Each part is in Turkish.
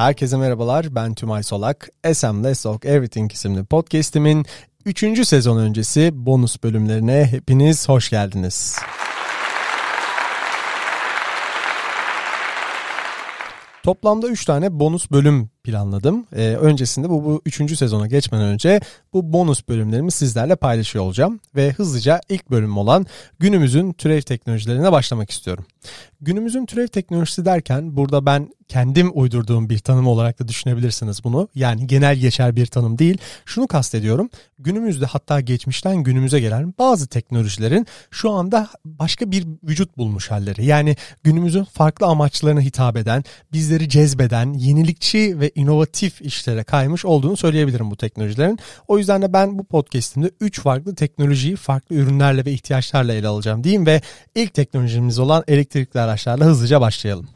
Herkese merhabalar, ben Tümay Solak. SM Let's Talk Everything isimli podcast'imin 3. sezon öncesi bonus bölümlerine hepiniz hoş geldiniz. Toplamda 3 tane bonus bölüm planladım. Öncesinde bu 3. sezona geçmeden önce bu bonus bölümlerimi sizlerle paylaşıyor olacağım. Ve hızlıca ilk bölüm olan günümüzün türev teknolojilerine başlamak istiyorum. Günümüzün türev teknolojisi derken burada ben kendim uydurduğum bir tanım olarak da düşünebilirsiniz bunu. Yani genel geçer bir tanım değil. Şunu kastediyorum. Günümüzde hatta geçmişten günümüze gelen bazı teknolojilerin şu anda başka bir vücut bulmuş halleri. Yani günümüzün farklı amaçlarına hitap eden, bizleri cezbeden, yenilikçi ve inovatif işlere kaymış olduğunu söyleyebilirim bu teknolojilerin. O yüzden de ben bu podcast'imde 3 farklı teknolojiyi farklı ürünlerle ve ihtiyaçlarla ele alacağım diyeyim ve ilk teknolojimiz olan elektrikli araçlarla hızlıca başlayalım.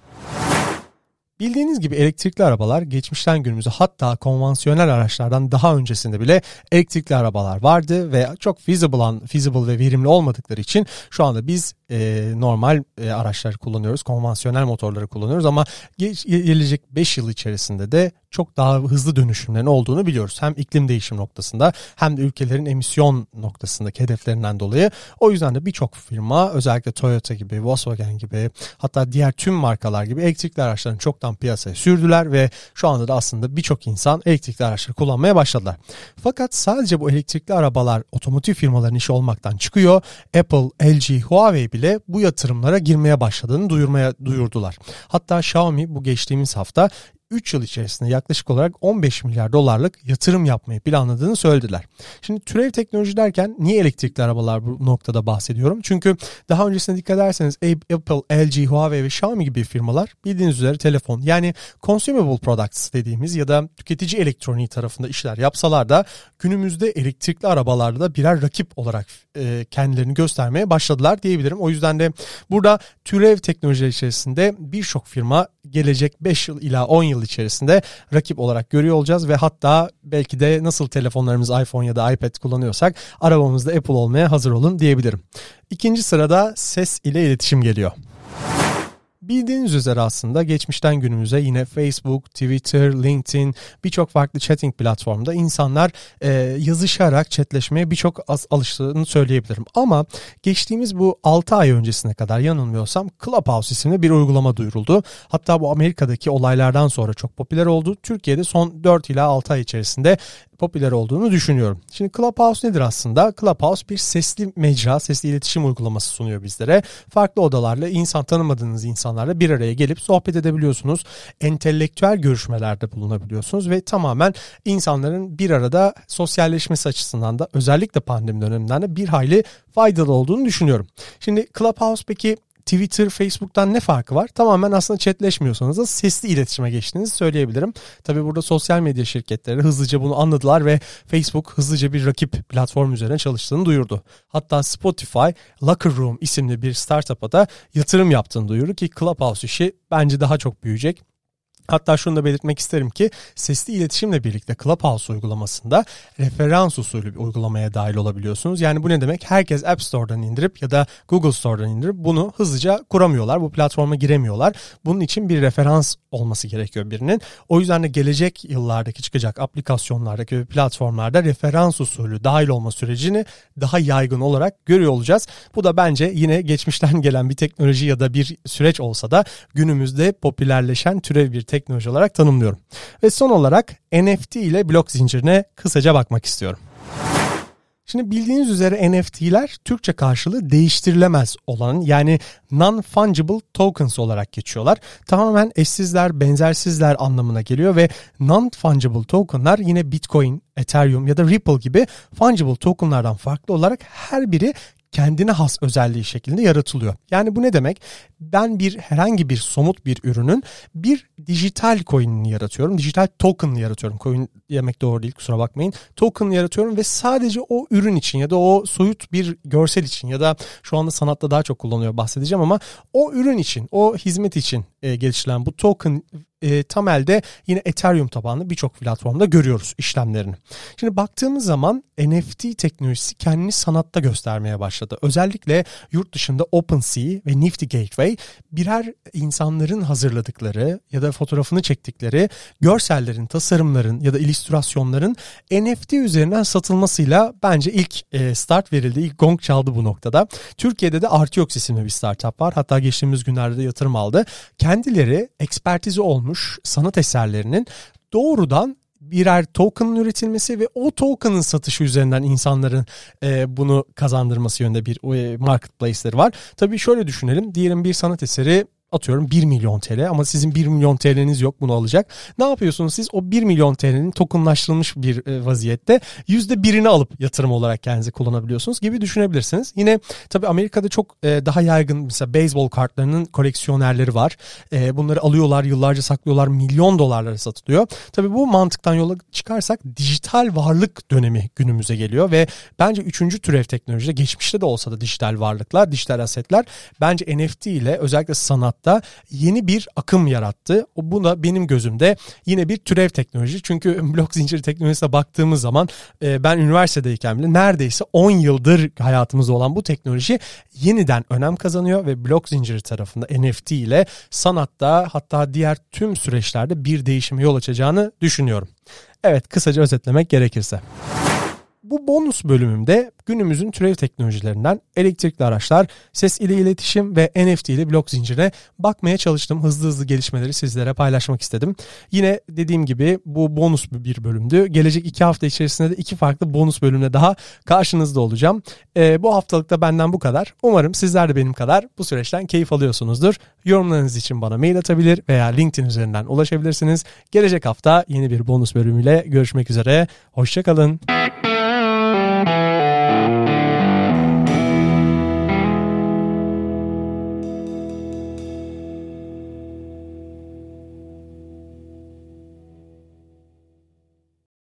Bildiğiniz gibi elektrikli arabalar geçmişten günümüze hatta konvansiyonel araçlardan daha öncesinde bile elektrikli arabalar vardı ve çok feasible ve verimli olmadıkları için şu anda biz normal araçları kullanıyoruz, konvansiyonel motorları kullanıyoruz ama gelecek 5 yıl içerisinde de çok daha hızlı dönüşümlerin olduğunu biliyoruz. Hem iklim değişim noktasında hem de ülkelerin emisyon noktasındaki hedeflerinden dolayı. O yüzden de birçok firma özellikle Toyota gibi, Volkswagen gibi hatta diğer tüm markalar gibi elektrikli araçların çoktan piyasaya sürdüler ve şu anda da aslında birçok insan elektrikli araçları kullanmaya başladılar. Fakat sadece bu elektrikli arabalar otomotiv firmaların işi olmaktan çıkıyor. Apple, LG, Huawei bile bu yatırımlara girmeye başladığını duyurdular. Hatta Xiaomi bu geçtiğimiz hafta 3 yıl içerisinde yaklaşık olarak 15 milyar dolarlık yatırım yapmayı planladığını söylediler. Şimdi türev teknoloji derken niye elektrikli arabalar bu noktada bahsediyorum? Çünkü daha öncesine dikkat ederseniz Apple, LG, Huawei ve Xiaomi gibi firmalar bildiğiniz üzere telefon yani consumable products dediğimiz ya da tüketici elektroniği tarafında işler yapsalar da günümüzde elektrikli arabalarda da birer rakip olarak kendilerini göstermeye başladılar diyebilirim. O yüzden de burada türev teknolojiler içerisinde birçok firma gelecek 5 yıl ila 10 yıl içerisinde rakip olarak görüyor olacağız ve hatta belki de nasıl telefonlarımız iPhone ya da iPad kullanıyorsak arabamızda Apple olmaya hazır olun diyebilirim. İkinci sırada ses ile iletişim geliyor. Bildiğiniz üzere aslında geçmişten günümüze yine Facebook, Twitter, LinkedIn birçok farklı chatting platformunda insanlar yazışarak chatleşmeye birçok alıştığını söyleyebilirim. Ama geçtiğimiz bu 6 ay öncesine kadar yanılmıyorsam Clubhouse isimli bir uygulama duyuruldu. Hatta bu Amerika'daki olaylardan sonra çok popüler oldu. Türkiye'de son 4 ila 6 ay içerisinde popüler olduğunu düşünüyorum. Şimdi Clubhouse nedir aslında? Clubhouse bir sesli mecra, sesli iletişim uygulaması sunuyor bizlere. Farklı odalarla tanımadığınız insanlarla bir araya gelip sohbet edebiliyorsunuz. Entelektüel görüşmelerde bulunabiliyorsunuz ve tamamen insanların bir arada sosyalleşmesi açısından da özellikle pandemi döneminden de bir hayli faydalı olduğunu düşünüyorum. Şimdi Clubhouse peki Twitter, Facebook'tan ne farkı var? Tamamen aslında chatleşmiyorsanız da sesli iletişime geçtiğinizi söyleyebilirim. Tabii burada sosyal medya şirketleri hızlıca bunu anladılar ve Facebook hızlıca bir rakip platform üzerine çalıştığını duyurdu. Hatta Spotify, Locker Room isimli bir startup'a da yatırım yaptığını duyurdu ki Clubhouse işi bence daha çok büyüyecek. Hatta şunu da belirtmek isterim ki sesli iletişimle birlikte Clubhouse uygulamasında referans usulü bir uygulamaya dahil olabiliyorsunuz. Yani bu ne demek? Herkes App Store'dan indirip ya da Google Store'dan indirip bunu hızlıca kuramıyorlar. Bu platforma giremiyorlar. Bunun için bir referans olması gerekiyor birinin. O yüzden de gelecek yıllardaki çıkacak aplikasyonlardaki ve platformlarda referans usulü dahil olma sürecini daha yaygın olarak görüyor olacağız. Bu da bence yine geçmişten gelen bir teknoloji ya da bir süreç olsa da günümüzde popülerleşen türev bir teknoloji olarak tanımlıyorum. Ve son olarak NFT ile blok zincirine kısaca bakmak istiyorum. Şimdi bildiğiniz üzere NFT'ler Türkçe karşılığı değiştirilemez olan yani non-fungible tokens olarak geçiyorlar. Tamamen eşsizler, benzersizler anlamına geliyor ve non-fungible tokenlar yine Bitcoin, Ethereum ya da Ripple gibi fungible tokenlardan farklı olarak her biri kendine has özelliği şeklinde yaratılıyor. Yani bu ne demek? Ben herhangi bir somut bir ürünün bir dijital coin'ini yaratıyorum. Dijital token'ını yaratıyorum. Coin yemek doğru değil, kusura bakmayın. Token'ını yaratıyorum ve sadece o ürün için ya da o soyut bir görsel için ya da şu anda sanatta daha çok kullanılıyor bahsedeceğim ama o ürün için, o hizmet için geliştirilen bu token temelde yine Ethereum tabanlı birçok platformda görüyoruz işlemlerini. Şimdi baktığımız zaman NFT teknolojisi kendini sanatta göstermeye başladı. Özellikle yurt dışında OpenSea ve Nifty Gateway birer insanların hazırladıkları ya da fotoğrafını çektikleri görsellerin, tasarımların ya da illüstrasyonların NFT üzerinden satılmasıyla bence ilk start verildi. İlk gong çaldı bu noktada. Türkiye'de de Artiox isimli bir startup var. Hatta geçtiğimiz günlerde de yatırım aldı. Kendileri ekspertizi olmuş sanat eserlerinin doğrudan birer token'ın üretilmesi ve o token'ın satışı üzerinden insanların bunu kazandırması yönünde bir marketplace'leri var. Tabii şöyle düşünelim. Diyelim bir sanat eseri atıyorum 1 milyon TL ama sizin 1 milyon TL'niz yok bunu alacak. Ne yapıyorsunuz siz? O 1 milyon TL'nin tokenlaştırılmış bir vaziyette %1'ini alıp yatırım olarak kendinize kullanabiliyorsunuz gibi düşünebilirsiniz. Yine tabii Amerika'da çok daha yaygın mesela beyzbol kartlarının koleksiyonerleri var. Bunları alıyorlar, yıllarca saklıyorlar, milyon dolarlara satılıyor. Tabii bu mantıktan yola çıkarsak dijital varlık dönemi günümüze geliyor ve bence 3. türev teknolojide geçmişte de olsa da dijital varlıklar, dijital asetler bence NFT ile özellikle sanat yeni bir akım yarattı. Bu da benim gözümde yine bir türev teknoloji. Çünkü blok zinciri teknolojisine baktığımız zaman ben üniversitedeyken bile neredeyse 10 yıldır hayatımızda olan bu teknoloji yeniden önem kazanıyor ve blok zinciri tarafında NFT ile sanatta hatta diğer tüm süreçlerde bir değişime yol açacağını düşünüyorum. Evet, kısaca özetlemek gerekirse. Bu bonus bölümümde günümüzün türev teknolojilerinden elektrikli araçlar, ses ile iletişim ve NFT ile blok zincirine bakmaya çalıştım. Hızlı gelişmeleri sizlere paylaşmak istedim. Yine dediğim gibi bu bonus bir bölümdü. Gelecek 2 hafta içerisinde de 2 farklı bonus bölümle daha karşınızda olacağım. Bu haftalıkta benden bu kadar. Umarım sizler de benim kadar bu süreçten keyif alıyorsunuzdur. Yorumlarınız için bana mail atabilir veya LinkedIn üzerinden ulaşabilirsiniz. Gelecek hafta yeni bir bonus bölümüyle görüşmek üzere. Hoşça kalın.